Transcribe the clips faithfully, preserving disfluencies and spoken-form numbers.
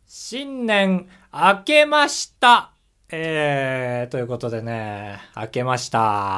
新年明けました。えー、ということでね、明けました。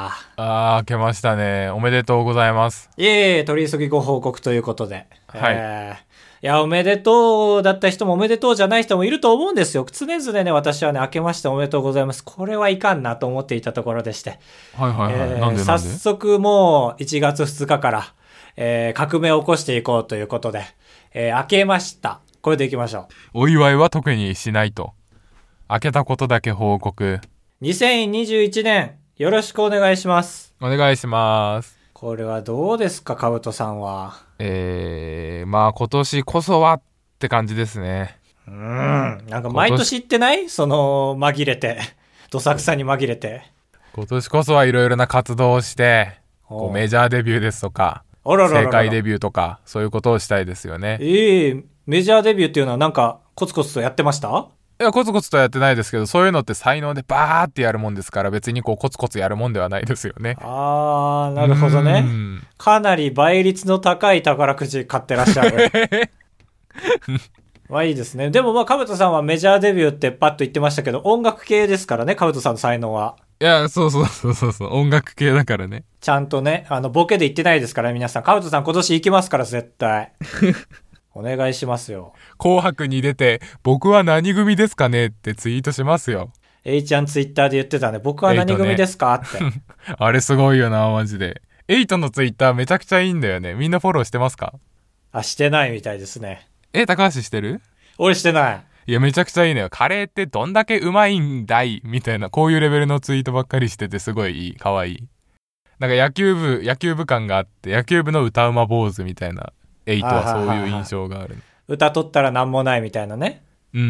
あー、明けましたね。おめでとうございます。 いえいえ、取り急ぎご報告ということで。 はい。 えー、いや、おめでとうだった人もおめでとうじゃない人もいると思うんですよ。常々ね、私はね、明けましておめでとうございます。これはいかんなと思っていたところでして。 はいはいはい。 えー、 なんでなんで？ 早速もういちがつふつかから、えー、革命を起こしていこうということで、えー、明けました。これでいきましょう。 お祝いは特にしないと。明けたことだけ報告。 にせんにじゅういちねんよろしくお願いします。 お願いします。 これはどうですか、カブトさんは。 えー、まあ今年こそはって感じですね。 うーん。なんか毎年言ってないその紛れて。どさくさに紛れて。 今年こそはいろいろな活動をして、こうメジャーデビューですとか、 あららららら正解デビューとか、そういうことをしたいですよね。 ええー、メジャーデビューっていうのはなんかコツコツとやってました？ いや、コツコツとやってないですけど、そういうのって才能でバーってやるもんですから、別にこうコツコツやるもんではないですよね。 あー、なるほどね。かなり倍率の高い宝くじ買ってらっしゃる。まあいいですね。でもまあ、カブトさんはメジャーデビューってパッと言ってましたけど、音楽系ですからね、カブトさんの才能は。 いや、そうそうそうそうそう、音楽系だからね。 ちゃんとね、あの、ボケで言ってないですから、皆さん。カブトさん今年行きますから、絶対。お願いしますよ。 紅白に出て、僕は何組ですかねってツイートしますよ。 エイちゃんツイッターで言ってたね。僕は何組ですか、ね、って。 あれすごいよな、マジで。エイトのツイッターめちゃくちゃいいんだよね。みんなフォローしてますか？ あ、してないみたいですね。 え、高橋してる？ 俺してない。 いや、めちゃくちゃいいのよ。カレーってどんだけうまいんだいみたいな、こういうレベルのツイートばっかりしててすごいいい。かわいい。なんか野球部、野球部感があって、野球部の歌うま坊主みたいな、エイトはそういう印象がある。 歌取ったらなんもないみたいなね。 うんうん。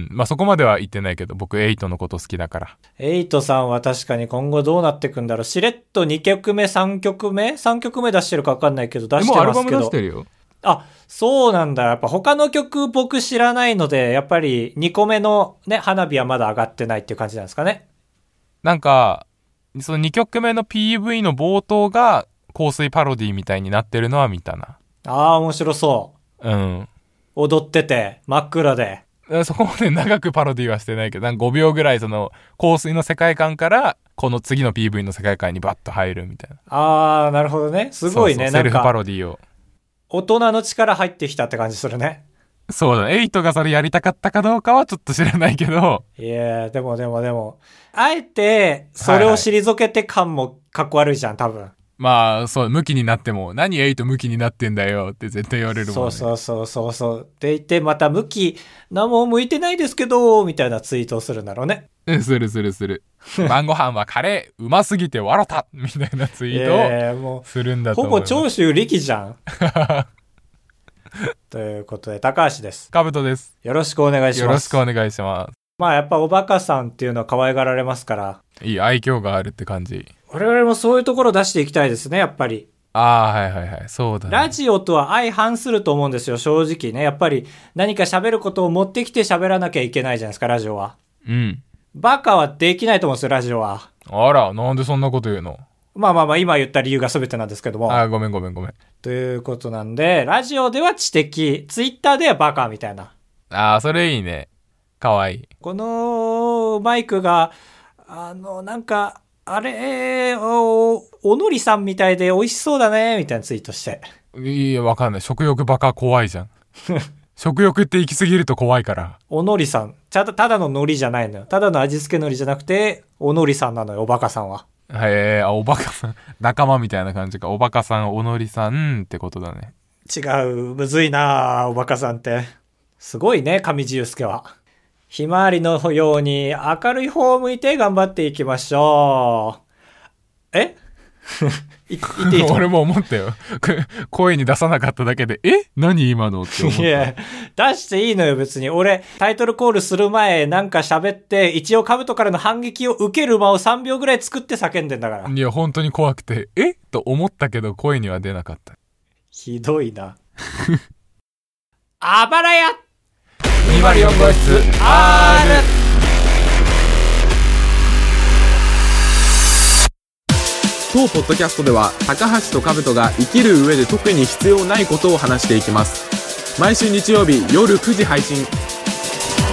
まあ、そこまでは言ってないけど、僕エイトのこと好きだから。 エイトさんは確かに今後どうなってくんだろう。しれっとにきょくめ、さんきょくめ ?さん 曲目出してるか分かんないけど、出してますけど。 もうアルバム出してるよ。 あ、そうなんだ。やっぱ他の曲僕知らないので、やっぱりにこめのね、花火はまだ上がってないっていう感じなんですかね。 なんか、そのにきょくめの ピーブイ の冒頭が香水パロディみたいになってるのは見たな。 ああ、面白そう。 うん。 踊ってて、真っ暗で。 そこまで長くパロディはしてないけど、なんかごびょうぐらいその香水の世界観から、この次の ピーブイ の世界観にバッと入るみたいな。 ああ、なるほどね。すごいね。 そうそう、セルフパロディを。 大人の力入ってきたって感じするね。 そうだね。エイトがそれやりたかったかどうかはちょっと知らないけど。 いやでもでもでも、あえて、それを退けて感もかっこ悪いじゃん、多分。 まあ、そう、向きになっても、何エイト向きになってんだよって絶対言われるもんね。 そうそうそうそう。って言って、また向き、何も向いてないですけど、みたいなツイートをするんだろうね。 するするする。晩ご飯はカレー、うますぎて笑ったみたいなツイートをするんだと思う。 ほぼ長州力じゃん。ということで、高橋です。 カブトです。 よろしくお願いします。 よろしくお願いします。 まあやっぱおバカさんっていうのは可愛がられますから。 いい、愛嬌があるって感じ。 我々もそういうところ出していきたいですね、やっぱり。 ああ、はいはいはい。そうだね。 ラジオとは相反すると思うんですよ、正直ね。やっぱり何か喋ることを持ってきて喋らなきゃいけないじゃないですか、ラジオは。 うん。 バカはできないと思うんですよ、ラジオは。 あら、なんでそんなこと言うの？ まあまあまあ、今言った理由が全てなんですけども。 ああ、ごめんごめんごめん。 ということなんで、ラジオでは知的、ツイッターではバカみたいな。 ああ、それいいね。かわいい。 このマイクが、あの、なんか、あれ、お、おのりさんみたいで美味しそうだね、みたいなツイートして。 いや、わかんない。食欲バカ怖いじゃん。食欲って行き過ぎると怖いから。 おのりさん。ただ、ただの海苔じゃないのよ。ただの味付け海苔じゃなくて、おのりさんなのよ、おバカさんは。 へえ、あ、おバカさん。仲間みたいな感じか。おバカさん、おのりさんってことだね。 違う。むずいなおバカさんって。すごいね、上地雄介は。ひまわりのように明るい方を向いて頑張っていきましょう。えい言っていい俺も思ったよ。声に出さなかっただけで、え何今のって思った。 いや、出していいのよ別に。俺、タイトルコールする前なんか喋って、一応カブトからの反撃を受ける間をさんびょうぐらい作って叫んでんだから。 いや、本当に怖くて、えと思ったけど声には出なかった。 ひどいな。あばらやにまるよん号室 R。 当ポッドキャストでは高橋と兜が生きる上で特に必要ないことを話していきます。毎週日曜日夜くじ配信。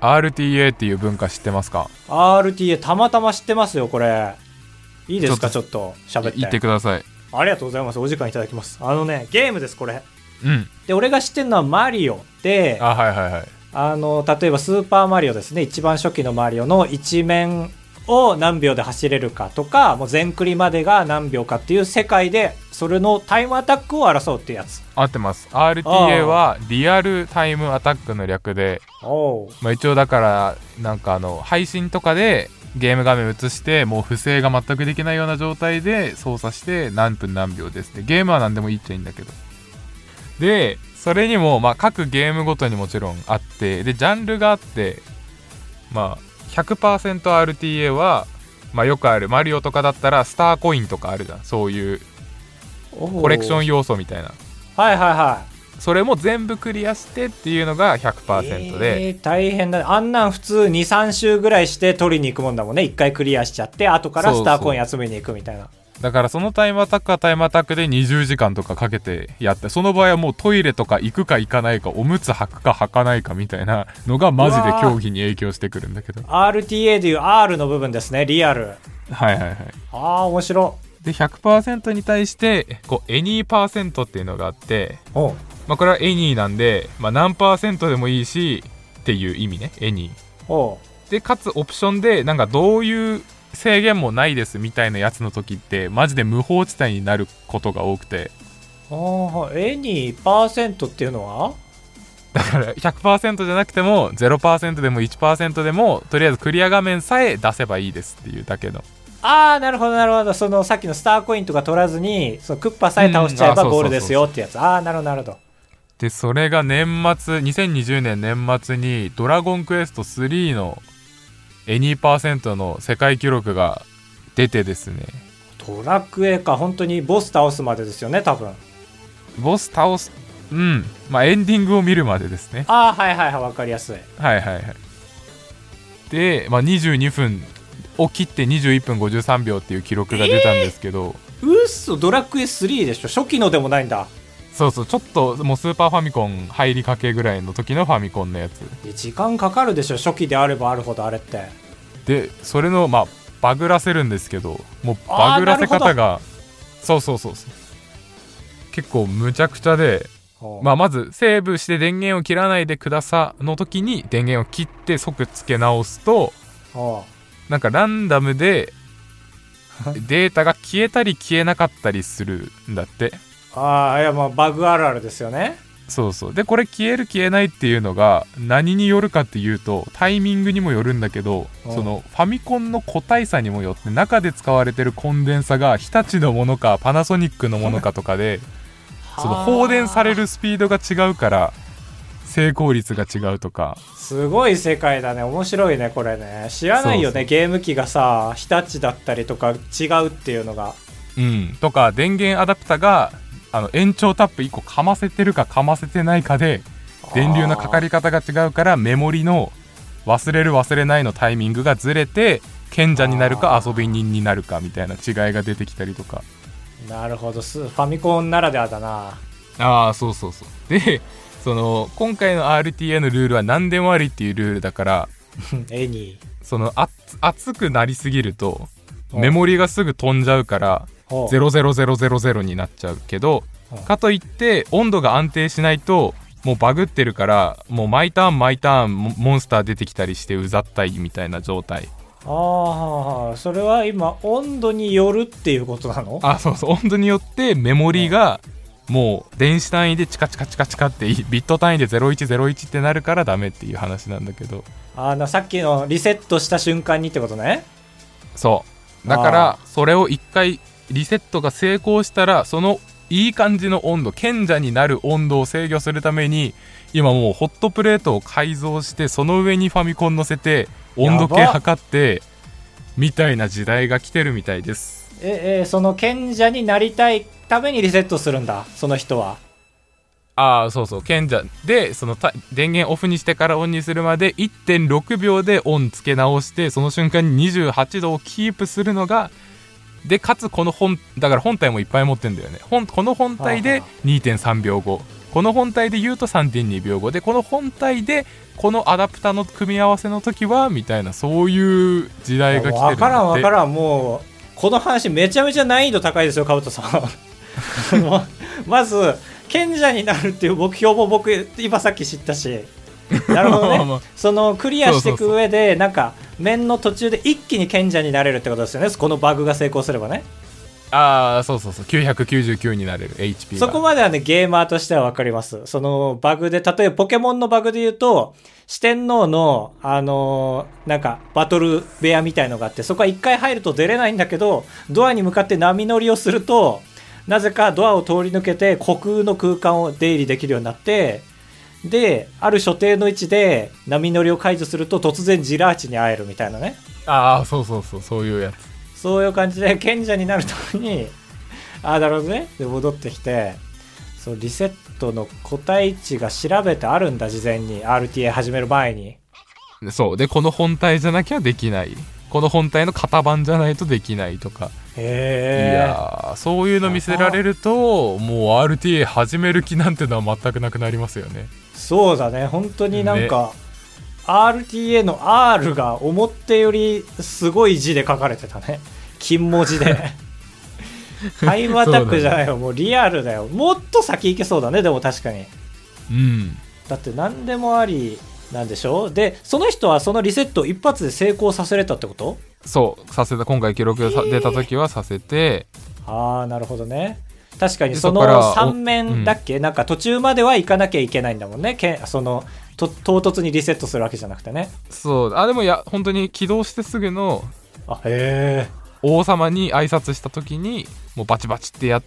アールティーエー っていう文化知ってますか？ アールティーエー たまたま知ってますよこれ。いいですかちょっと喋って言ってください。 ありがとうございます。お時間いただきます。あのねゲームですこれ。 うんで俺が知ってるのはマリオで、 あはいはいはい、 あの例えばスーパーマリオですね、一番初期のマリオの一面を何秒で走れるかとか、もう全クリまでが何秒かっていう世界でそれのタイムアタックを争うっていうやつ。 合ってます。 アールティーエー はリアルタイムアタックの略で、 おう、 まあ、一応だからなんかあの配信とかでゲーム画面映してもう不正が全くできないような状態で操作して何分何秒ですって。ゲームは何でもいいっちゃいいんだけど、でそれにもまあ各ゲームごとにもちろんあって、でジャンルがあって、まあ ひゃくパーセントアールティーエー はまあよくあるマリオとかだったらスターコインとかあるじゃん、そういうコレクション要素みたいな。 はいはいはい。 それも全部クリアしてっていうのが ひゃくパーセント で、 えー、大変だね。あんなん普通 にさん 周ぐらいして取りに行くもんだもんね。いっかいクリアしちゃって後からスターコイン集めに行くみたいな。 そうそう、だからそのタイムアタックはタイムアタックでにじゅうじかんとかかけてやって、その場合はもうトイレとか行くか行かないか、おむつ履くか履かないかみたいなのがマジで競技に影響してくるんだけど、 アールティーエー でいう R の部分ですね、リアル。 はいはいはい。 ああ面白で ひゃくパーセント に対してこうエニーパーセントっていうのがあって、 おう、 まあ、これはエニーなんで、まあ、何パーセントでもいいしっていう意味ね、エニーおうで、かつオプションでなんかどういう制限もないですみたいなやつの時ってマジで無法地帯になることが多くて、 ああ、エニーパーセントっていうのはだから ひゃくパーセント じゃなくても ゼロパーセント でも いちパーセント でもとりあえずクリア画面さえ出せばいいですっていうだけの。 ああなるほどなるほど。そのさっきのスターコインとか取らずにそのクッパさえ倒しちゃえばゴールですよってやつ。ああなるほどなるほど。 でそれが年末にせんにじゅうねん年末にドラゴンクエストスリーのエニーパーセントの世界記録が出てですね、 ドラクエか。本当にボス倒すまでですよね多分。 ボス倒す、うんまあエンディングを見るまでですね。 ああはいはいはい、分かりやすい。 はいはいはい。で、まあ、にじゅうにふんを切ってにじゅういっぷんごじゅうさんびょうっていう記録が出たんですけど、 えー、うっそ、ドラクエスリーでしょ、初期のでもないんだ。 そうそう、ちょっともうスーパーファミコン入りかけぐらいの時のファミコンのやつ時間かかるでしょ初期であればあるほどあれって。 でそれのまあバグらせるんですけど、もうバグらせ方がそうそうそうそう結構むちゃくちゃで、まあ、まずセーブして電源を切らないでくださの時に電源を切って即付け直すと、なんかランダムでデータが消えたり消えなかったりするんだって。 ああ、いやまあバグあるあるですよね。 そうそう。でこれ消える消えないっていうのが何によるかっていうとタイミングにもよるんだけど、そのファミコンの個体差にもよって中で使われてるコンデンサが日立のものかパナソニックのものかとかでその放電されるスピードが違うから成功率が違うとか。 すごい世界だね。面白いねこれね。知らないよね。そうそう、ゲーム機がさ日立だったりとか違うっていうのが。 うんとか電源アダプタがあの延長タップいっこかませてるかかませてないかで電流のかかり方が違うからメモリの忘れる忘れないのタイミングがずれて賢者になるか遊び人になるかみたいな違いが出てきたりとか。 なるほど、ファミコンならではだな。 ああそうそうそう。でその今回の アールティーエー のルールは何でもありっていうルールだから絵にそのあ熱くなりすぎるとメモリがすぐ飛んじゃうからゼロゼロゼロゼロゼロになっちゃうけど、かといって温度が安定しないともうバグってるからもう毎ターン毎ターンモンスター出てきたりしてうざったいみたいな状態。 ああ、それは今温度によるっていうことなの？ あ、そうそう、温度によってメモリがもう電子単位でチカチカチカチカってビット単位でゼロいちゼロいちってなるからダメっていう話なんだけど。 あのさっきのリセットした瞬間にってことね。 そうだからそれを一回リセットが成功したらそのいい感じの温度、賢者になる温度を制御するために今もうホットプレートを改造してその上にファミコン乗せて温度計測ってみたいな時代が来てるみたいです。 ええ、その賢者になりたいためにリセットするんだその人は。 ああそうそう、賢者でその電源オフにしてからオンにするまで いってんろくびょうでオンつけ直してその瞬間ににじゅうはちどをキープするのがで、かつこの本だから本体もいっぱい持ってんだよね。本この本体で にてんさんびょうご、 この本体で言うと さんてんにびょうごで、この本体でこのアダプタの組み合わせの時はみたいな、そういう時代が来てるんだって。 分からん分からん。もうこの話めちゃめちゃ難易度高いですよ、カブトさんまず賢者になるっていう目標も僕今さっき知ったし、なるほどねまあ、そのクリアしていく上でそうそうそう、なんか面の途中で一気に賢者になれるってことですよね、このバグが成功すればね。 ああそうそうそう、きゅうひゃくきゅうじゅうきゅうになれる エイチピー が。 そこまではねゲーマーとしては分かります。そのバグで、例えばポケモンのバグで言うと、四天王のあのー、なんかバトル部屋みたいのがあって、そこは一回入ると出れないんだけど、ドアに向かって波乗りをするとなぜかドアを通り抜けて虚空の空間を出入りできるようになって、である所定の位置で波乗りを解除すると突然ジラーチに会えるみたいなね。 ああそうそうそう、そういうやつ。 そういう感じで賢者になるためにああなるほどね。で戻ってきて、そうリセットの個体値が調べてあるんだ、事前に アールティーエー 始める前に。 そうで、この本体じゃなきゃできない、この本体の型番じゃないとできないとか。 へえ。 いやそういうの見せられると、もう アールティーエー 始める気なんてのは全くなくなりますよね。 そうだね、本当になんか、ね、アールティーエー の R が思ってよりすごい字で書かれてたね、金文字でタイムアタックじゃないよ、もうリアルだよ。もっと先行けそうだね。でも確かに、 うん、 だって何でもありなんでしょ。でその人はそのリセットを一発で成功させれたってこと？ そうさせた。今回記録が出た時はさせて、 ああなるほどね。確かにそのさん面だっけ、うん、なんか途中までは行かなきゃいけないんだもんね。けそのと唐突にリセットするわけじゃなくてね。 そうあでもいや本当に起動してすぐの、 あへえ、 王様に挨拶した時にもうバチバチってやって、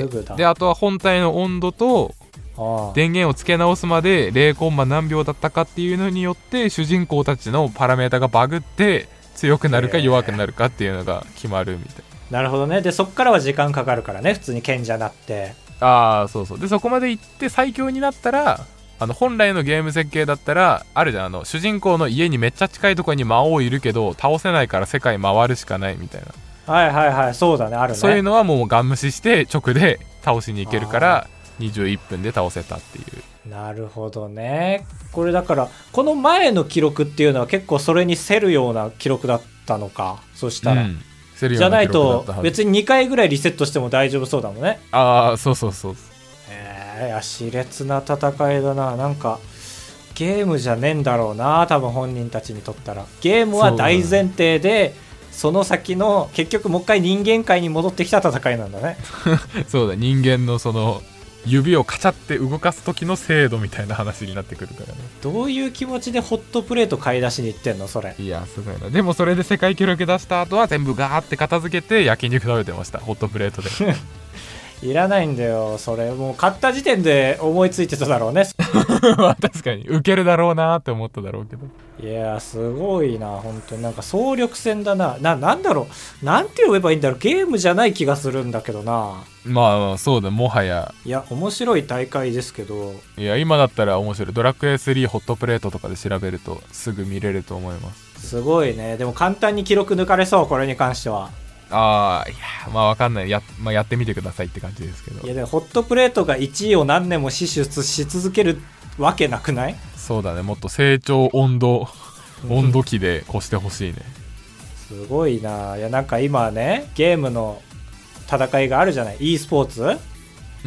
であとは本体の温度と電源をつけ直すまで ゼロコンマ 何秒だったかっていうのによって主人公たちのパラメータがバグって強くなるか弱くなるかっていうのが決まるみたいな。なるほどね。でそっからは時間かかるからね、普通に賢者になって。 ああそうそう。でそこまで行って最強になったら、あの本来のゲーム設計だったらあるじゃん、あの主人公の家にめっちゃ近いところに魔王いるけど倒せないから世界回るしかないみたいな。 はいはいはい、そうだね、あるね。 そういうのはもうガン無視して直で倒しに行けるからにじゅういっぷんで倒せたっていう。 なるほどね。これだからこの前の記録っていうのは結構それに競るような記録だったのか。そしたら、うん、競るような記録だったはず。じゃないと別ににかいぐらいリセットしても大丈夫そうだもんね。 ああそうそうそう。 えー、いや熾烈な戦いだな。なんかゲームじゃねえんだろうな、多分本人たちにとったら。ゲームは大前提で そ, その先の結局もう一回人間界に戻ってきた戦いなんだねそうだ、人間のその指をカチャって動かす時の精度みたいな話になってくるからね。 どういう気持ちでホットプレート買い出しに行ってんのそれ。 いやすごいな。でもそれで世界記録出した後は全部ガーって片付けて焼肉食べてました、ホットプレートでいらないんだよそれ。もう買った時点で思いついてただろうねまあ確かにウケるだろうなって思っただろうけど。 いやすごいな本当に。なんか総力戦だな。な、なんだろう、なんて呼べばいいんだろう。ゲームじゃない気がするんだけどな。 まあそうだ、もはや。 いや面白い大会ですけど。 いや今だったら面白い。ドラクエスリーホットプレートとかで調べるとすぐ見れると思います。 すごいね。でも簡単に記録抜かれそう、これに関しては。 ああいやまあわかんない。 や,、まあ、やってみてくださいって感じですけど。 いやでもホットプレートがいちいを何年も死守し続けるわけなくない？ そうだね、もっと成長温度温度期で越してほしいねすごいな。いやなんか今ねゲームの戦いがあるじゃない、 e スポーツ。 うん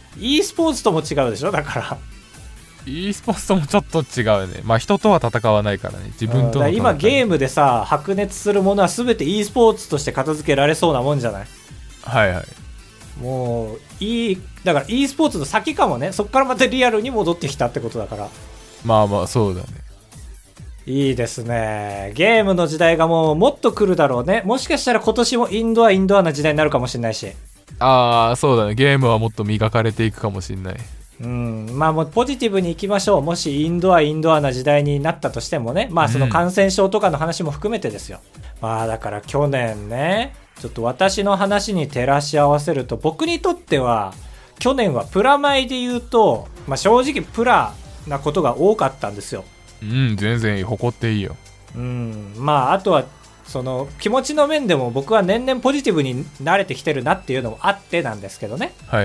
e スポーツとも違うでしょ。だから e スポーツともちょっと違うね。まあ人とは戦わないからね、自分との戦い。 今ゲームでさ白熱するものは全て e スポーツとして片付けられそうなもんじゃない。 はいはい。 もういいだから e スポーツの先かもね。そっからまたリアルに戻ってきたってことだから。 まあまあそうだね。 いいですね。ゲームの時代がもうもっと来るだろうね。もしかしたら今年もインドアインドアな時代になるかもしれないし。 ああそうだね、ゲームはもっと磨かれていくかもしれない。 うん、まあもうポジティブにいきましょう。もしインドアインドアな時代になったとしてもね。まあその感染症とかの話も含めてですよ、うん、まあだから去年ねちょっと私の話に照らし合わせると、僕にとっては去年はプラマイで言うと、まあ、正直プラなことが多かったんですよ。 うん全然誇っていいよ。 うんまああとはその気持ちの面でも僕は年々ポジティブに慣れてきてるなっていうのもあってなんですけどね。 はいはい。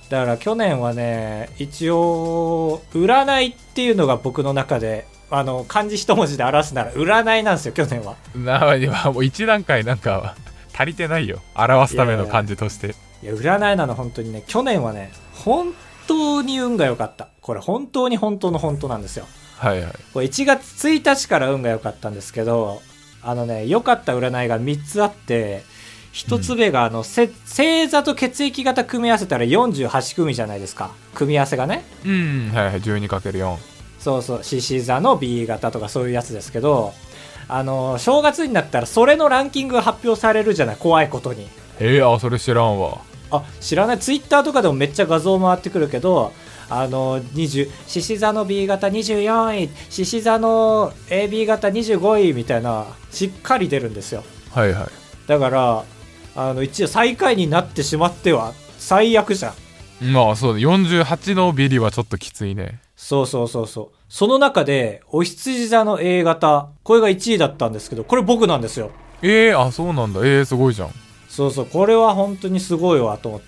だから去年はね、一応占いっていうのが僕の中であの漢字一文字で表すなら占いなんですよ、去年は。 なにはもう一段階なんか足りてないよ、表すための漢字として。 いやいや占いなの本当にね、去年はね本当に運が良かった。これ本当に本当の本当なんですよ。 はいはい。 これいちがつついたちから運が良かったんですけど、あのね良かった占いがみっつあって、ひとつめがあの、うん、星座と血液型組み合わせたらよんじゅうはち組じゃないですか、組み合わせがね。 うんはいはい、じゅうにかけるよん。 そうそう、獅子座の ビー 型とかそういうやつですけど、あの正月になったらそれのランキングが発表されるじゃない、怖いことに。 えー、あそれ知らんわ。 あ知らない。ツイッターとかでもめっちゃ画像回ってくるけど、あのにじゅう獅子座の ビー 型にじゅうよんい、獅子座の エービー 型にじゅうごいみたいな、しっかり出るんですよ。 はいはい。 だからあの一応最下位になってしまっては最悪じゃん。 まあそうだ、よんじゅうはちのビリはちょっときついね。 そうそうそうそう。その中でお羊座の A 型、これがいちいだったんですけど、これ僕なんですよ。 えー、あそうなんだ。えー、すごいじゃん。 そうそう、これは本当にすごいわと思って。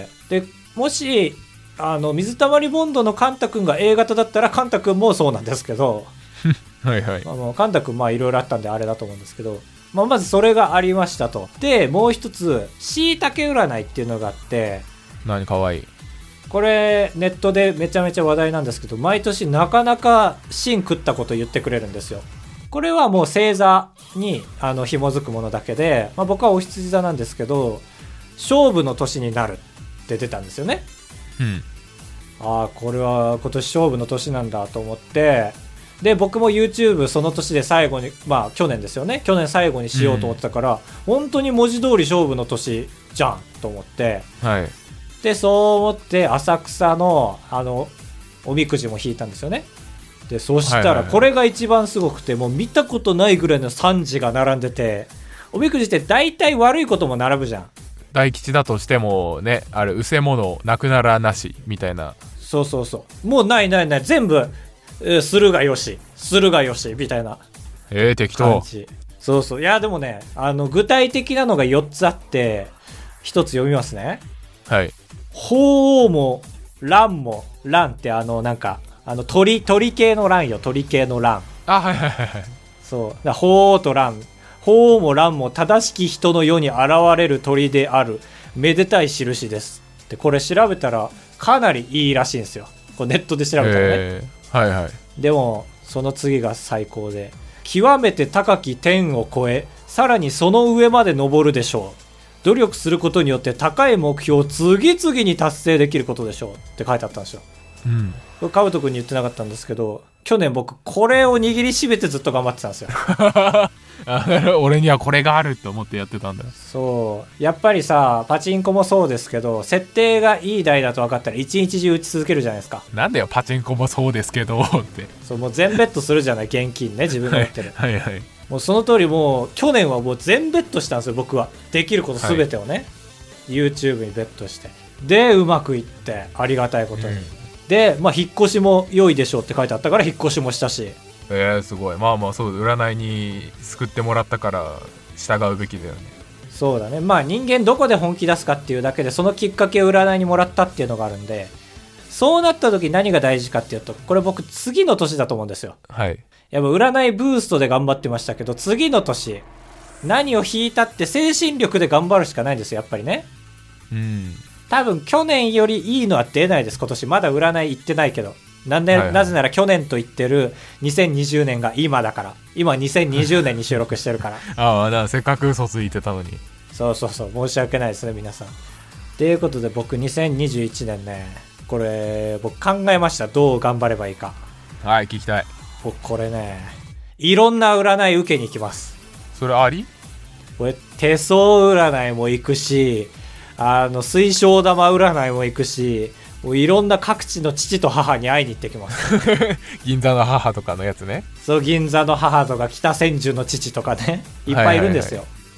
でもしあの水溜りボンドのカンタ君が A 型だったらカンタ君もそうなんですけどはいはい。 あのカンタ君まあいろいろあったんであれだと思うんですけど、まあ、まずそれがありましたと。でもう一つしいたけ占いっていうのがあって、 何かわいい。 これネットでめちゃめちゃ話題なんですけど、毎年なかなか芯食ったこと言ってくれるんですよ。これはもう星座にあの紐づくものだけで、まあ、僕はお羊座なんですけど、勝負の年になるって出たんですよね。 うん。 ああこれは今年勝負の年なんだと思って、で僕も YouTube その年で最後に、まあ去年ですよね、去年最後にしようと思ってたから、うん、本当に文字通り勝負の年じゃんと思って、 はい。 でそう思って浅草のあのおみくじも引いたんですよね。でそしたらこれが一番すごくて、もう見たことないぐらいのさんじが並んでて、おみくじって大体悪いことも並ぶじゃん。 大吉だとしてもね、あれうせものなくならなしみたいな。 そうそうそう、もうないないない、全部するがよしするがよしみたいなえー、適当。 そうそう。いやでもね、あの具体的なのがよっつあって、ひとつ読みますね。はい。鳳凰も蘭も、蘭ってあのなんかあの鳥鳥系の蘭よ、鳥系の蘭。 あはいはいはいはい。 そうだ、鳳凰と蘭、鳳凰も蘭も正しき人の世に現れる鳥であるめでたい印ですって、これ調べたらかなりいいらしいんですよ、これネットで調べたらね、えー、はいはい。 でもその次が最高で、極めて高き天を超えさらにその上まで登るでしょう、努力することによって高い目標を次々に達成できることでしょうって書いてあったんですよ。うん、これカブト君に言ってなかったんですけど、去年僕これを握りしめてずっと頑張ってたんですよ俺にはこれがあると思ってやってたんだ。 そうやっぱりさ、パチンコもそうですけど、設定がいい台だと分かったら一日中打ち続けるじゃないですか。 なんだよパチンコもそうですけどって。 そうもう全ベッドするじゃない、現金ね、自分が持ってるはい、はいはい、 もうその通り、もう去年はもう全ベッドしたんですよ僕は。できること全てをね、はい、YouTube にベッドして、でうまくいってありがたいことに、うん、で、まあ、引っ越しも良いでしょうって書いてあったから引っ越しもしたし。 えー、すごい。まあまあそう、占いに救ってもらったから従うべきだよね。 そうだね。まあ人間どこで本気出すかっていうだけで、そのきっかけを占いにもらったっていうのがあるんで、そうなった時何が大事かっていうと、これ僕次の年だと思うんですよ。はい。やっぱ占いブーストで頑張ってましたけど、次の年何を引いたって精神力で頑張るしかないんですよ、やっぱりね。うん。多分去年よりいいのは出ないです、今年。まだ占い行ってないけど。なんで、はいはい、なぜなら去年と言ってるにせんにじゅうねんが今だから。今にせんにじゅうねんに収録してるから。 ああ、だからせっかく嘘ついてたのに。 そうそうそう、申し訳ないですね皆さん。ということで僕にせんにじゅういちねんね、これ僕考えました。どう頑張ればいいか。 はい、聞きたい。 僕これね、いろんな占い受けに行きます。 それあり？ これ手相占いも行くし、あの水晶玉占いも行くし、もういろんな各地の父と母に会いに行ってきます銀座の母とかのやつね。 そう、銀座の母とか北千住の父とかね、いっぱいいるんですよ、はいはいはい、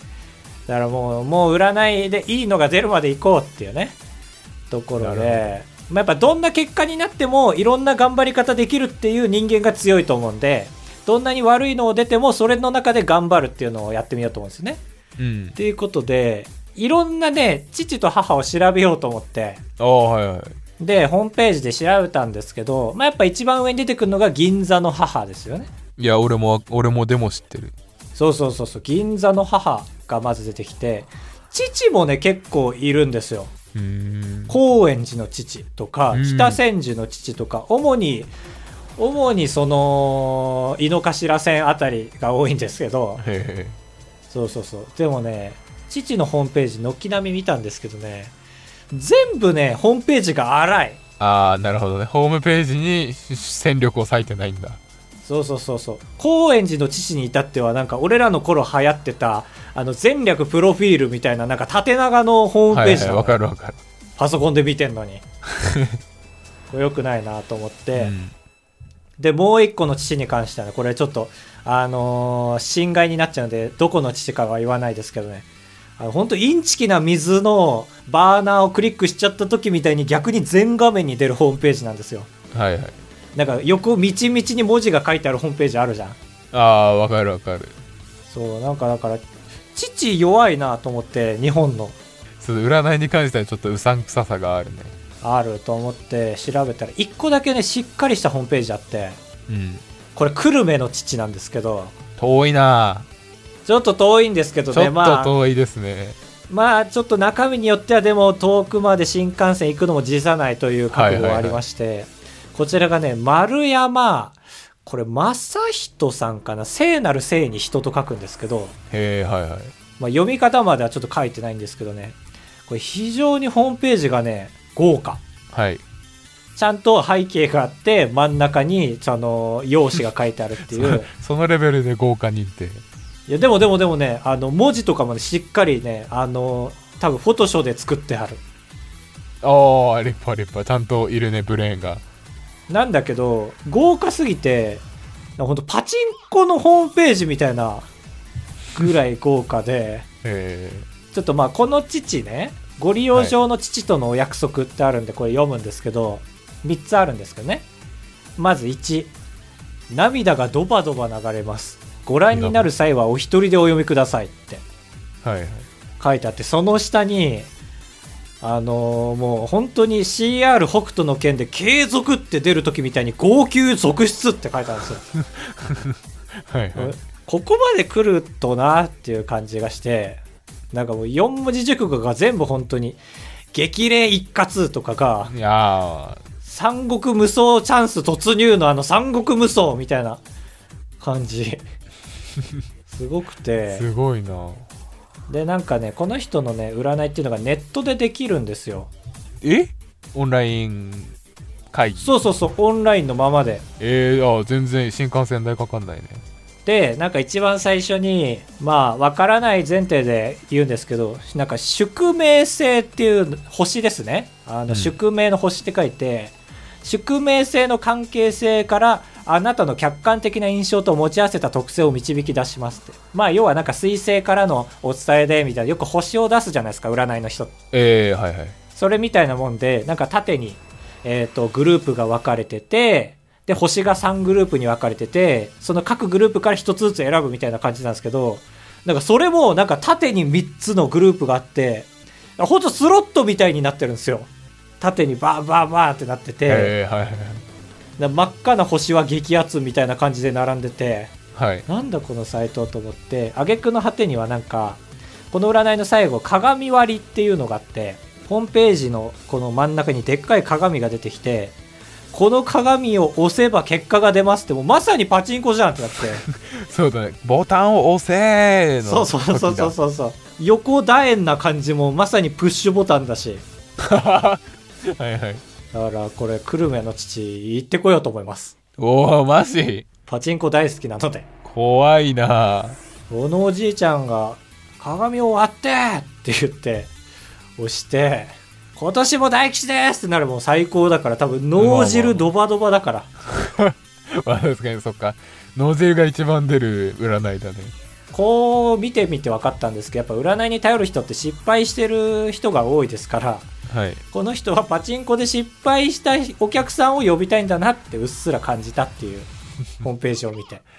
だからもうもう占いでいいのが出るまで行こうっていうねところで、まあ、やっぱどんな結果になってもいろんな頑張り方できるっていう人間が強いと思うんで、どんなに悪いのを出てもそれの中で頑張るっていうのをやってみようと思うんですよね。うん、っていうことでいろんなね父と母を調べようと思って、 ああはいはい。 でホームページで調べたんですけど、まあ、やっぱ一番上に出てくるのが銀座の母ですよね。 いや俺も俺もでも知ってる。 そうそうそうそう、銀座の母がまず出てきて、父もね結構いるんですよ。 うーん高円寺の父とか北千住の父とか、主に主にその井の頭線あたりが多いんですけど、 へそうそうそう。でもね父のホームページ軒並み見たんですけどね、全部ねホームページが荒い。 ああなるほどね。ホームページに戦力を割いてないんだ。 そうそうそうそう。高円寺の父に至ってはなんか俺らの頃流行ってたあの前略プロフィールみたいななんか縦長のホームページなの、 はいはい、わかるわかる。 パソコンで見てんのにこれ良くないなと思って、うん、でもう一個の父に関してはね、これちょっとあのー、侵害になっちゃうのでどこの父かは言わないですけどね、あの本当インチキな水のバーナーをクリックしちゃった時みたいに逆に全画面に出るホームページなんですよ。 はいはい。 なんか横みちみちに文字が書いてあるホームページあるじゃん。 ああわかるわかる。 そうなんかだから父弱いなと思って、日本のそう占いに関してはちょっとうさんくささがあるね。 あると思って調べたらいっこだけねしっかりしたホームページあって、 うん、これ久留米の父なんですけど、 遠いな。 ちょっと遠いんですけどね。 ちょっと遠いですね。 まあ、まあちょっと中身によってはでも遠くまで新幹線行くのも辞さないという覚悟がありまして、はいはいはい、こちらがね丸山、これ正人さんかな、聖なる聖に人と書くんですけど、 へーはいはい、 まあ、読み方まではちょっと書いてないんですけどね、これ非常にホームページがね豪華、 はい、 ちゃんと背景があって真ん中にその用紙が書いてあるっていうそ, そのレベルで豪華認定。 いやでもでもでもね、あの文字とかも、ね、しっかりね、あの多分フォトショーで作ってある。 ああ立派立派、ちゃんといるねブレーンが。 なんだけど豪華すぎてほんとパチンコのホームページみたいなぐらい豪華でちょっとまあこの父ね、ご利用上の父とのお約束ってあるんでこれ読むんですけど、みっつあるんですけどね。まずいち、涙がドバドバ流れます、ご覧になる際はお一人でお読みくださいって書いてあって、その下にあのー、もう本当に シーアール 北斗の拳で継続って出る時みたいに号泣続出って書いてあるんですよはい、はい、ここまで来るとなっていう感じがして、なんかもうよん文字熟語が全部本当に激励一括とかが、いや三国無双チャンス突入のあの三国無双みたいな感じすごくて、 すごいな。 でなんかねこの人のね占いっていうのがネットでできるんですよ。 えオンライン会議？ そうそうそう、オンラインのままで。 えー、あ全然新幹線代かかんないね。 でなんか一番最初にまあわからない前提で言うんですけど、なんか宿命星っていう星ですね、あの宿命の星って書いて、うん、宿命星の関係性からあなたの客観的な印象と持ち合わせた特性を導き出しますって。まあ要はなんか水星からのお伝えでみたいな、よく星を出すじゃないですか占いの人。 えー、はいはい。 それみたいなもんで、なんか縦にえっとグループが分かれてて、で星がさんグループに分かれてて、その各グループからひとつずつ選ぶみたいな感じなんですけど、なんかそれもなんか縦にみっつのグループがあって、ほんとスロットみたいになってるんですよ。縦にバーバーバーってなってて、 えー、はいはい。 真っ赤な星は激アツみたいな感じで並んでて、 はい、 なんだこのサイトと思って、挙句の果てにはなんかこの占いの最後鏡割りっていうのがあって、ホームページのこの真ん中にでっかい鏡が出てきて、この鏡を押せば結果が出ますって、もうまさにパチンコじゃんってなってそうだね、ボタンを押せーのそうそうそうそうそうそう、横楕円な感じもまさにプッシュボタンだしはいはい、 だからこれ久留米の父行ってこようと思います。 おーマジパチンコ大好きなので。 怖いな。 このおじいちゃんが鏡を割ってって言って押して、今年も大吉ですってなる、もう最高だから、多分脳汁ドバドバだからまあ確かにそっか、脳汁が一番出る占いだね。 こう見てみて分かったんですけど、やっぱ占いに頼る人って失敗してる人が多いですから、 はい、 この人はパチンコで失敗したお客さんを呼びたいんだなってうっすら感じたっていうホームページを見て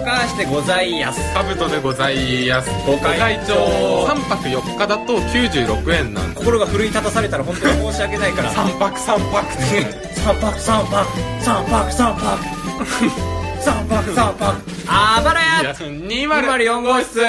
橋でございやす。 カブトでございます。 ご会長さんぱくよっかだときゅうじゅうろくえんなんで。 心が奮い立たされたら本当に申し訳ないからさんぱくさんぱくって三泊三泊三泊三泊三泊三泊あばらやにまるよん号室。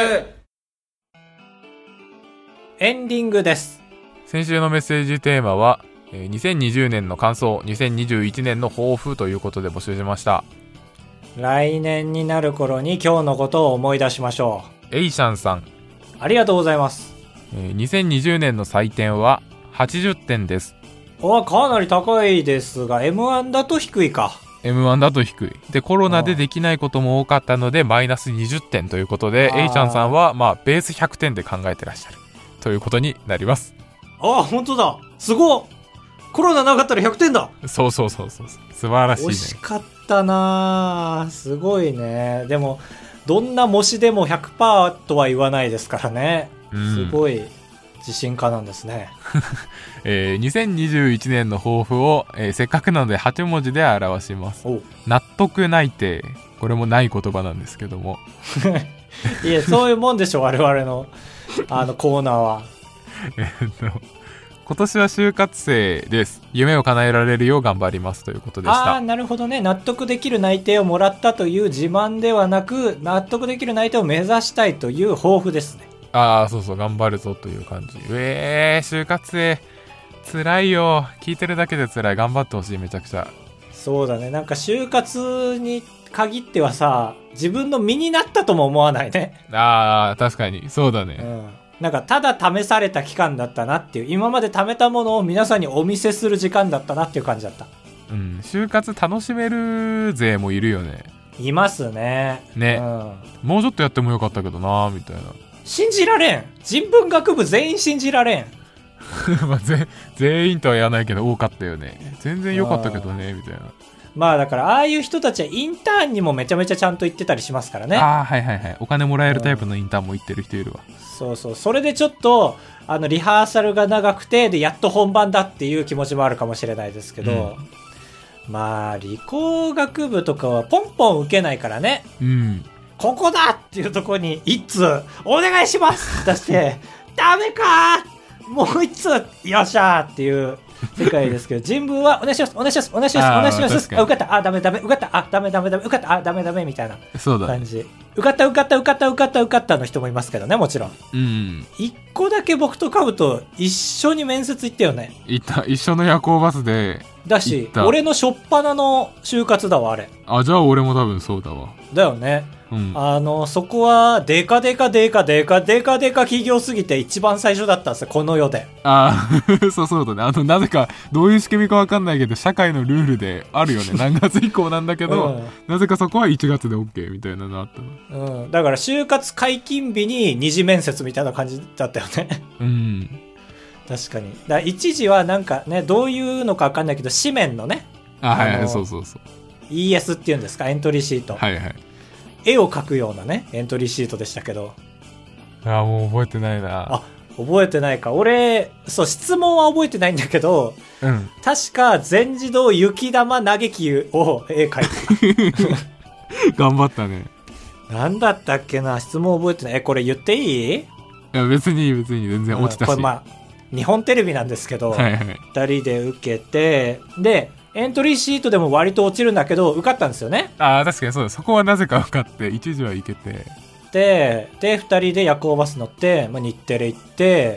エンディングです。 先週のメッセージテーマは、えー、にせんにじゅうねんの感想、にせんにじゅういちねんの抱負ということで募集しました。 来年になる頃に今日のことを思い出しましょう。エイシャンさん、 ありがとうございます。 えー、にせんにじゅうねんの採点ははちじゅってんです。 お、かなり高いですが エムワン だと低いか。 エムワン だと低いで、コロナでできないことも多かったのでマイナスにじゅってんということで、エイシャンさんはまあベースひゃくてんで考えてらっしゃるということになります。 あ、本当だ、すごっ。コロナなかったらひゃくてんだ。 そうそうそうそう、素晴らしいね。 惜しかったな、すごいね。でもどんな模試でも ひゃくパーセント とは言わないですからね、うん、すごい自信家なんですね。 えー、にせんにじゅういちねんの抱負を、えー、せっかくなのではちもじで表します。納得内定、これもない言葉なんですけどもいや、そういうもんでしょ我々のあのコーナーは。 えっと今年は就活生です。夢を叶えられるよう頑張りますということでした。 あー、なるほどね。納得できる内定をもらったという自慢ではなく、納得できる内定を目指したいという抱負ですね。 ああ、そうそう、頑張るぞという感じ。えー、就活生辛いよ。聞いてるだけで辛い。頑張ってほしい、めちゃくちゃ。 そうだね。なんか就活に限ってはさ、自分の身になったとも思わないね。 ああ、確かにそうだね、 うん、なんかただ試された期間だったなっていう、今まで貯めたものを皆さんにお見せする時間だったなっていう感じだった。 うん、就活楽しめる勢もいるよね。 いますね。 ね、うん、もうちょっとやってもよかったけどなみたいな。 信じられん。人文学部全員信じられん。 まあ、ぜ全員とは言わないけど多かったよね。全然良かったけどねみたいな。 まあだからああいう人たちはインターンにもめちゃめちゃちゃんと行ってたりしますからね。 ああ、はいはいはい。お金もらえるタイプのインターンも行ってる人いるわ。 そうそう。それでちょっとあのリハーサルが長くて、でやっと本番だっていう気持ちもあるかもしれないですけど、うん、まあ理工学部とかはポンポン受けないからね。 うん。 ここだっていうところに一通お願いします出してダメかーもう一通よっしゃーっていう世界ですけど、人文はお願いしますお願いしますお願いしますお願いします。あ、受かった、あ、ダメダメ、受かった、あ、ダメダメダメ、受かった、あ、ダメダメみたいな感じ。受かった受かった受かった受かった受かったの人もいますけどね、もちろん。 うん。 一個だけ僕とカブと一緒に面接行ったよね。 行った、一緒の夜行バスでだし、俺の初っ端の就活だわあれ。 あ、じゃあ俺も多分そうだわ。 だよね。 うん、 あのそこはデカデカデカデカデカデカ企業すぎて一番最初だったんですよ、この世で。 ああそうそうだね。あのなぜかどういう仕組みか分かんないけど社会のルールであるよね。何月以降なんだけど、うん、なぜかそこはいちがつで OK みたいなのあったの、 うん、だから就活解禁日に二次面接みたいな感じだったよね。 うん確かに。だから一時はなんかね、どういうのか分かんないけど紙面のね、 あ、はいはい、そうそうそう、 イーエス っていうんですか、エントリーシート、 はいはい、 絵を描くようなねエントリーシートでしたけど。 ああ、もう覚えてないな。 あ、覚えてないか。俺そう、質問は覚えてないんだけど、 うん、 確か全自動雪玉投げ機を絵描いてた頑張ったね。 なんだったっけな、質問覚えてない。え、これ言っていい？いや別に別に全然落ちたし、うん、これまあ日本テレビなんですけど、 はいはい、 ふたりで受けて、でエントリーシートでも割と落ちるんだけど受かったんですよね。 ああ、確かにそうだ。そこはなぜか受かって一時は行けて、 ででふたりで夜行バス乗って、まあ、日テレ行って、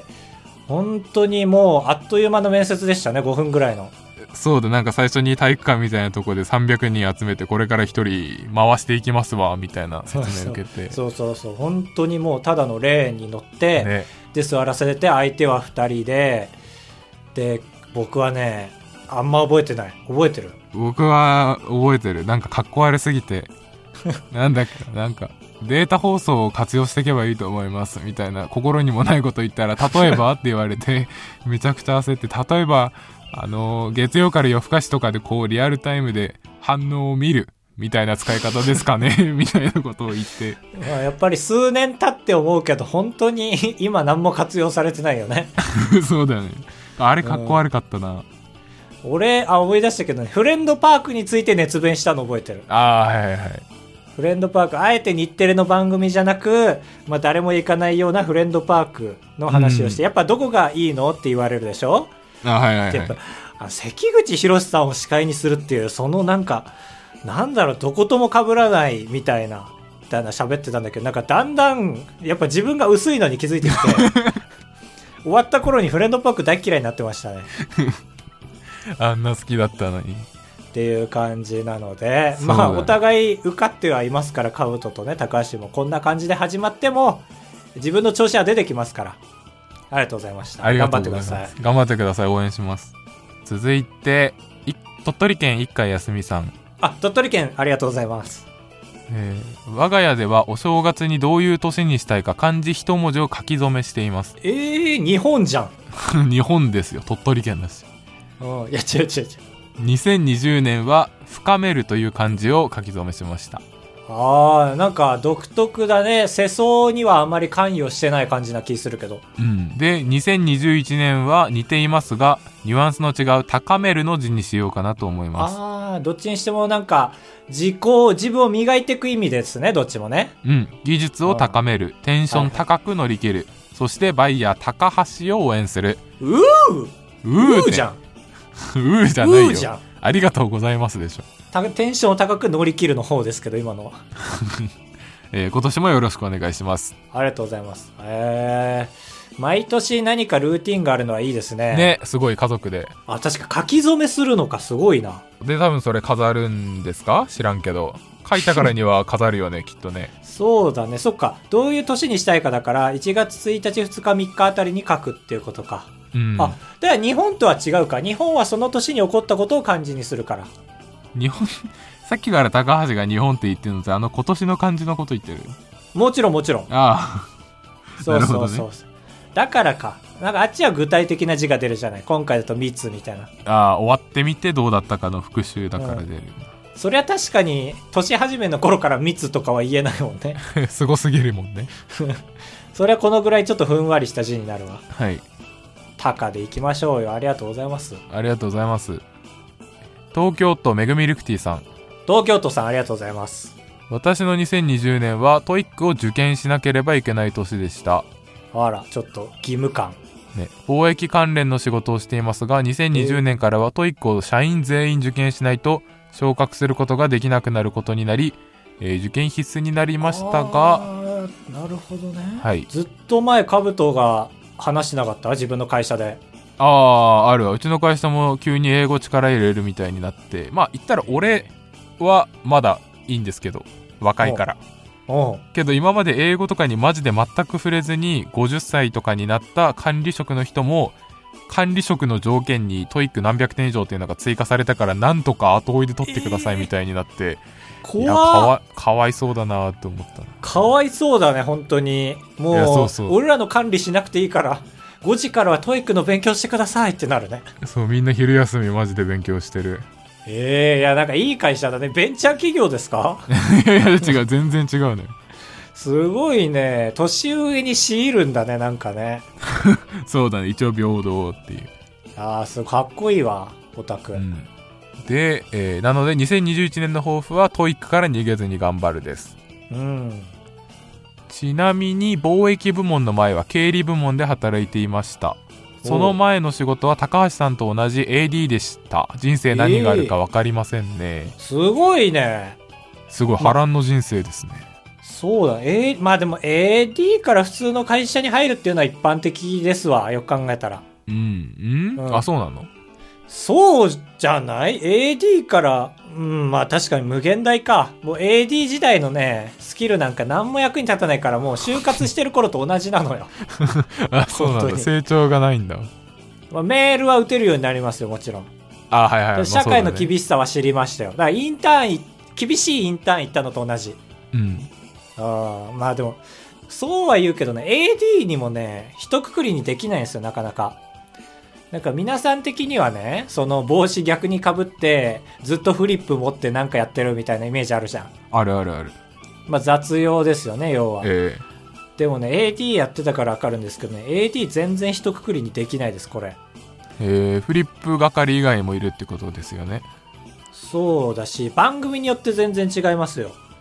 本当にもうあっという間の面接でしたね。ごふんぐらいの。 そうだ、なんか最初に体育館みたいなところでさんびゃくにん集めて、これからひとり回していきますわみたいな説明受けて、 そうそうそうそう、本当にもうただのレーンに乗って、ね、で座らせて、相手はふたりで、で僕はねあんま覚えてない。覚えてる？ 僕は覚えてる。なんかかっこ悪すぎてなんだっけ、なんかデータ放送を活用していけばいいと思いますみたいな心にもないこと言ったら、例えばって言われてめちゃくちゃ焦って、例えばあの月曜から夜更かしとかでこうリアルタイムで反応を見るみたいな使い方ですかねみたいなことを言って、 まあやっぱり数年経って思うけど、本当に今何も活用されてないよねそうだよね。あれかっこ悪かったな、うん、 俺あ思い出したけどね、フレンドパークについて熱弁したの覚えてる。 ああ、はいはい。 フフレンドパーク、あえて日テレの番組じゃなく、まあ、誰も行かないようなフレンドパークの話をして、うん、やっぱどこがいいのって言われるでしょ。 あ、はいはいはい、 やっぱあ関口宏さんを司会にするっていう、そのなんかなんだろう、どことも被らないみたいなみたいな喋ってたんだけど、なんかだんだんやっぱ自分が薄いのに気づいてきて終わった頃にフレンドパーク大嫌いになってましたねあんな好きだったのにっていう感じなので、まあお互い受かってはいますから、カブトとね高橋もこんな感じで始まっても自分の調子は出てきますから。ありがとうございました。頑張ってください。 頑張ってください。応援します。続いて鳥取県一回休みさん。 あ、鳥取県ありがとうございます。 えー、我が家ではお正月にどういう年にしたいか漢字一文字を書き初めしています。 えー、日本じゃん日本ですよ、鳥取県だし。 うん、いや違う違う違う。 にせんにじゅうねんは深めるという漢字を書き初めしました。 あー、なんか独特だね。世相にはあまり関与してない感じな気するけど、 うん、でにせんにじゅういちねんは似ていますがニュアンスの違う高めるの字にしようかなと思います。 あー、どっちにしてもなんか自己自分を磨いていく意味ですね、どっちもね。 うん、技術を高める、テンション高く乗り切る、はいはい、そしてバイヤー高橋を応援する。 うーうーじゃんうーじゃないよ。 うーじゃん。 ありがとうございますでしょ。 テンションを高く乗り切るの方ですけど今のは、 えー、今年もよろしくお願いします。 ありがとうございます。えー、毎年何かルーティンがあるのはいいですね。 ね、すごい家族で。 あ、確か書き初めするのか、すごいな。 で多分それ飾るんですか、知らんけど書いたからには飾るよねきっとね。 そうだね、そっか、どういう年にしたいかだからいちがつついたちふつかみっかあたりに書くっていうことか。うん、あ、では日本とは違うか。日本はその年に起こったことを漢字にするから。 日本さっきから高橋が日本って言ってるのってあの今年の漢字のこと言ってる。 もちろんもちろん。 ああそうそうそう、ね、だからか。なんかあっちは具体的な字が出るじゃない。今回だと密みたいな。 ああ、終わってみてどうだったかの復習だから出る、うん、 そりゃ確かに年始めの頃から密とかは言えないもんねすごすぎるもんねそりゃこのぐらいちょっとふんわりした字になるわ。 はい、 高でいきましょうよ。ありがとうございます。 ありがとうございます。東京都めぐみルクティさん。 東京都さんありがとうございます。 私のにせんにじゅうねんはトイックを受験しなければいけない年でした。 あら、ちょっと義務感、 ね、貿易関連の仕事をしていますがにせんにじゅうねんからはトイックを社員全員受験しないと昇格することができなくなることになり、えー、受験必須になりましたが。 なるほどね、 はい、 ずっと前カブトが話しなかった、自分の会社で。 ああ、あるわ。うちの会社も急に英語力入れるみたいになって、まあ言ったら俺はまだいいんですけど、若いから。 おうけど今まで英語とかにマジで全く触れずにごじゅっさいとかになった管理職の人も管理職の条件にトイック何百点以上っていうのが追加されたからなんとか後追いで取ってくださいみたいになって、えー、いや、かわ、かわいそうだなって思った。 かわいそうだね本当に。もう、そうそう、俺らの管理しなくていいからごじからはトイックの勉強してくださいってなるね。 そう、みんな昼休みマジで勉強してる。 えー、いやなんかいい会社だね。ベンチャー企業ですかいやいや違う、全然違うね。 すごいね。年上に強いるんだね、なんかねそうだね、一応平等っていう。 ああ、すごいかっこいいわオタク、うん、 で、えー、なのでにせんにじゅういちねんの抱負はトイックから逃げずに頑張るです。 うん。 ちなみに貿易部門の前は経理部門で働いていました。その前の仕事は高橋さんと同じ エーディー でした。人生何があるか分かりませんね、えー、 すごいね。 すごい波乱の人生ですね、ま、 そうだ、えー、まあでも エーディー から普通の会社に入るっていうのは一般的ですわ、よく考えたら。 うん、うん、あ、そうなの？ そうじゃない？ エーディー から、うん、まあ確かに無限大か。もう エーディー 時代のね、スキルなんか何も役に立たないから、もう就活してる頃と同じなのよ。 あ、そうなんだ。成長がないんだ。 まあ、メールは打てるようになりますよ、もちろん。 あ、はいはい。 社会の厳しさは知りましたよ。だからインターン、厳しいインターン行ったのと同じ。 うん。 あ、まあでも、そうは言うけどね、エーディー にもね、一括りにできないんですよ、なかなか。なんか皆さん的にはね、その帽子逆に被ってずっとフリップ持ってなんかやってるみたいなイメージあるじゃん。 あるあるある。 まあ雑用ですよね、要は。 えー、でもね エーディー やってたから分かるんですけどね、 エーディー 全然一括りにできないです、これ。 えー、フリップ係以外もいるってことですよね。 そうだし、番組によって全然違いますよ。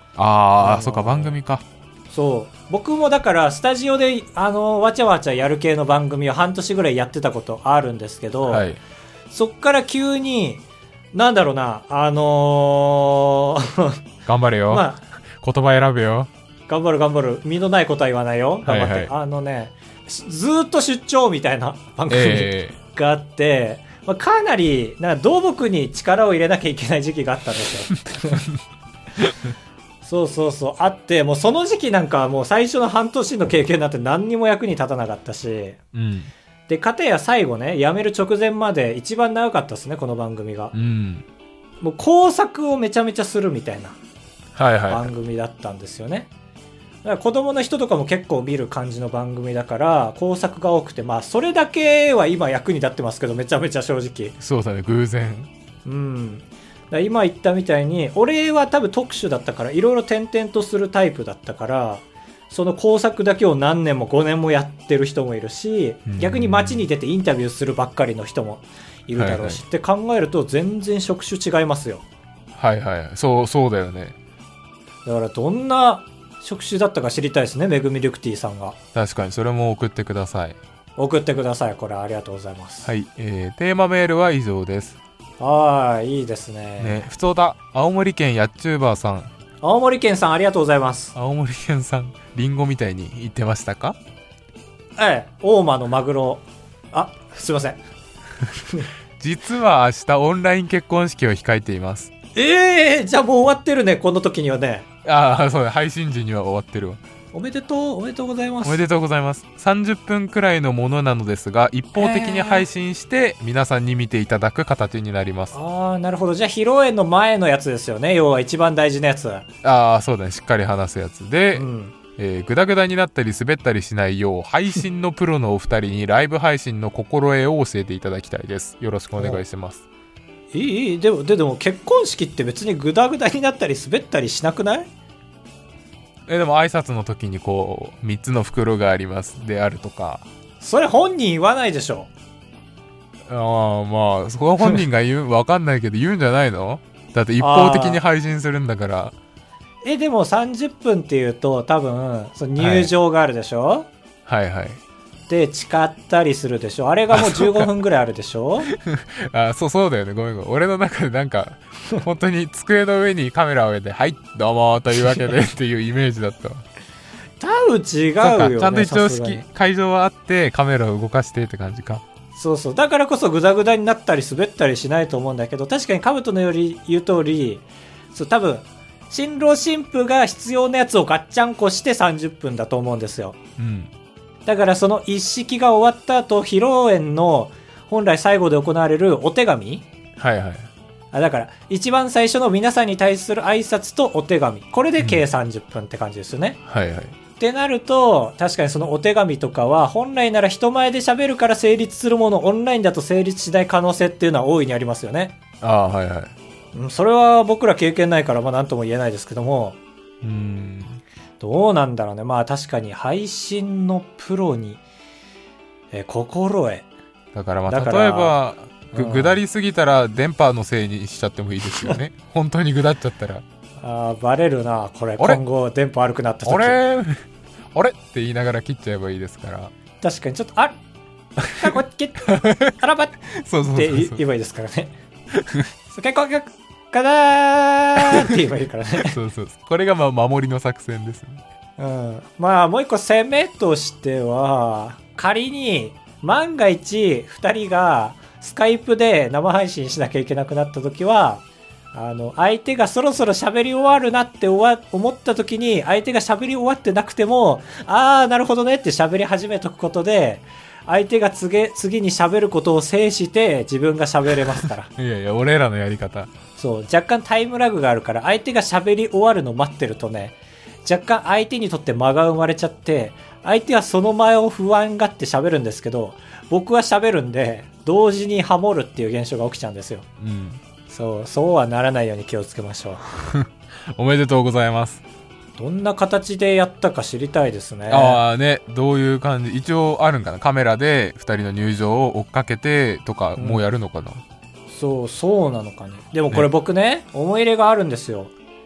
ああ、そっか、番組か。 そう僕もだからスタジオであのわちゃわちゃやる系の番組を半年ぐらいやってたことあるんですけど、 はい、 そっから急になんだろうなあのー、 頑張れよ、まあ、言葉選べよ。 頑張る頑張る。身のないことは言わないよ。頑張って、はいはい、あのねずーっと出張みたいな番組があって、えーまあ、かなりなんか土木に力を入れなきゃいけない時期があったんですよそうそうそうあって、もうその時期なんかもう最初の半年の経験なんて何にも役に立たなかったし、うん、で片や最後ね辞める直前まで一番長かったですねこの番組が、うん、もう工作をめちゃめちゃするみたいな番組だったんですよね、はいはい、だから子供の人とかも結構見る感じの番組だから工作が多くて、まあそれだけは今役に立ってますけど、めちゃめちゃ正直そうだね、偶然。 うんだ今言ったみたいに俺は多分特殊だったからいろいろ転々とするタイプだったから、その工作だけを何年もごねんもやってる人もいるし、逆に街に出てインタビューするばっかりの人もいるだろうし、はいはい、って考えると全然職種違いますよ。 はいはいそうそうだよね。 だからどんな職種だったか知りたいですね、めぐみリュクティさんが。 確かにそれも送ってください。 送ってください。これありがとうございます。 はい、えー、テーマメールは以上です。 はい、いいですね。 ね、ふつおた、青森県やっちゅーばーさん。 青森県さんありがとうございます。 青森県さん、リンゴみたいに言ってましたか？ ええ、大間のマグロ。あ、すいません。 実は明日オンライン結婚式を控えています。 ええー、じゃあもう終わってるね、この時にはね。 ああ、そうだ、配信時には終わってるわ。 おめでとう、おめでとうございます。 おめでとうございます。さんじゅっぷんくらいのものなのですが、一方的に配信して皆さんに見ていただく形になります。 ああ、なるほど。じゃあ披露宴の前のやつですよね、要は一番大事なやつ。 ああ、そうだね、しっかり話すやつで、うん、えー、グダグダになったり滑ったりしないよう配信のプロのお二人にライブ配信の心得を教えていただきたいです。よろしくお願いします。 いいいいでもでも結婚式って別にグダグダになったり滑ったりしなくない？ えでも挨拶の時にこうみっつの袋がありますであるとか。 それ本人言わないでしょ。 ああ、まあそこは本人が言うわかんないけど言うんじゃないの？だって一方的に配信するんだから。 えでもさんじゅっぷんっていうと多分その入場があるでしょ、 はい、はいはいで誓ったりするでしょ。あれがもうじゅうごふんぐらいあるでしょ。 あ、そうそうだよね。ごめんごめん。俺の中でなんか本当に机の上にカメラを置いてはいどうもというわけでっていうイメージだったわ。 多分違うよね。 ちゃんと一応式会場はあってカメラを動かしてって感じか。 そうそう。だからこそグダグダになったり滑ったりしないと思うんだけど、確かにカブトのより言う通り、そう多分新郎新婦が必要なやつをガッチャンコしてさんじゅっぷんだと思うんですよ。うん。だからその一式が終わった後、披露宴の本来最後で行われるお手紙、 はいはい、 あだから一番最初の皆さんに対する挨拶とお手紙、これで計さんじゅっぷんって感じですよね、 うん、はいはい。 ってなると確かにそのお手紙とかは本来なら人前で喋るから成立するもの、オンラインだと成立しない可能性っていうのは大いにありますよね。 ああ、はいはい。 それは僕ら経験ないからまあ何とも言えないですけども、 うーんどうなんだろうね。まあ確かに配信のプロにえ心得だからまあ例えばぐ、うん、ぐだりすぎたら電波のせいにしちゃってもいいですよね。本当にぐだっちゃったらあバレるなこれ。今後電波悪くなった時あれあれって言いながら切っちゃえばいいですから。 確かにちょっとあっこっちあらばって言えばいいですからね。結構かなーって言えばいいからね。 そうそうそう。これがまあ守りの作戦ですね。 うん。まあもう一個攻めとしては、仮に万が一ふたりがスカイプで生配信しなきゃいけなくなった時は、あの相手がそろそろ喋り終わるなって思った時に相手が喋り終わってなくても、あーなるほどねって喋り始めとくことで、相手が次次に喋ることを制して自分が喋れますから。 いやいや俺らのやり方。 そう若干タイムラグがあるから、相手が喋り終わるのを待ってるとね、若干相手にとって間が生まれちゃって、相手はその前を不安がって喋るんですけど、僕は喋るんで同時にハモるっていう現象が起きちゃうんですよ。うん。そうそうはならないように気をつけましょう。 おめでとうございます。 どんな形でやったか知りたいですね。 ああね、どういう感じ、一応あるんかな。カメラでふたりの入場を追っかけてとか、もうやるのかな、うん、 そうそうなのかね。でもこれ僕ね、ね思い入れがあるんですよ。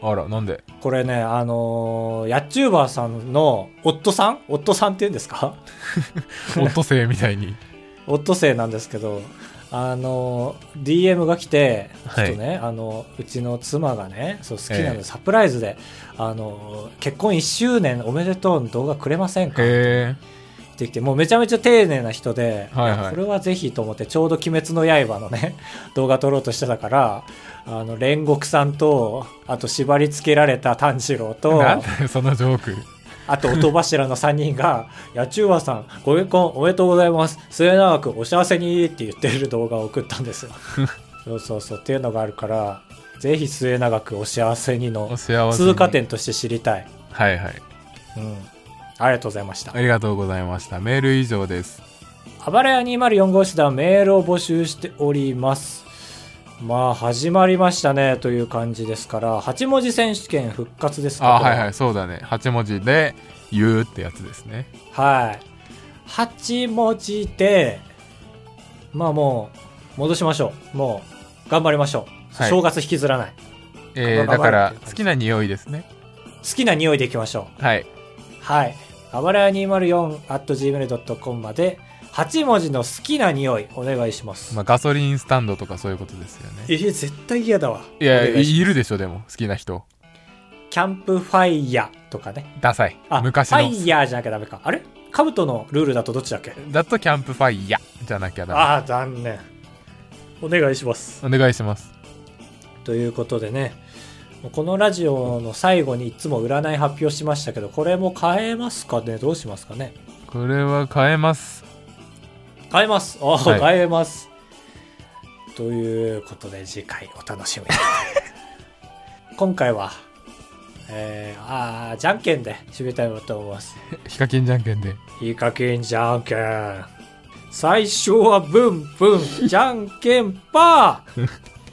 あら、なんで？ これね、あのー、ヤッチューバーさんの夫さん夫さんって言うんですかオットセイみたいに。 オットセイなんですけど、あの ディーエム が来て、ちょっとね、はい、あのうちの妻がね、そう好きなので、えー、サプライズであの結婚いっしゅうねんおめでとうの動画くれませんかって言ってきて、もうめちゃめちゃ丁寧な人で、はいはい、これはぜひと思って、ちょうど鬼滅の刃のね動画撮ろうとしてたから、あの煉獄さんと、あと縛り付けられた炭治郎と、 なんだよそのジョーク。 あと音柱のさんにんがヤチューバさんご結婚おめでとうございます、末永くお幸せにって言ってる動画を送ったんですよそうそうそうっていうのがあるから、ぜひ末永くお幸せにの通過点として知りたい。 はいはい、 うん、ありがとうございました。 ありがとうございました。メール以上です。 あばらやにまるよん号室ではメールを募集しております。まあ始まりましたねという感じですから、はち文字選手権復活ですか。 あ、はいはい、そうだね。はち文字で言うってやつですね。 はい、はち文字で、まあもう戻しましょう。もう頑張りましょう、はい、正月引きずらない。 えー、だから好きな匂いですね。 好きな匂いでいきましょう。はいはい、あばらや にまるよん アットジーメールドットコム まではち文字の好きな匂いお願いします。 まあ、ガソリンスタンドとかそういうことですよね。 え、絶対嫌だわ。 いや、いるでしょ。でも好きな人。 キャンプファイヤーとかね。 ダサい。 あ、 昔のファイヤーじゃなきゃダメか。あれカブトのルールだとどっちだっけ？ だとキャンプファイヤーじゃなきゃダメ。 ああ、残念。お願いします。 お願いします。 ということでね、このラジオの最後にいつも占い発表しましたけど、これも変えますかね。どうしますかね。 これは変えます。 変えます。あ、はい、変えます。ということで次回お楽しみに。今回は、えー、あじゃんけんで締めたいと思います。 ヒカキンじゃんけんで。 ヒカキンじゃんけん。最初はブンブンじゃんけんパー。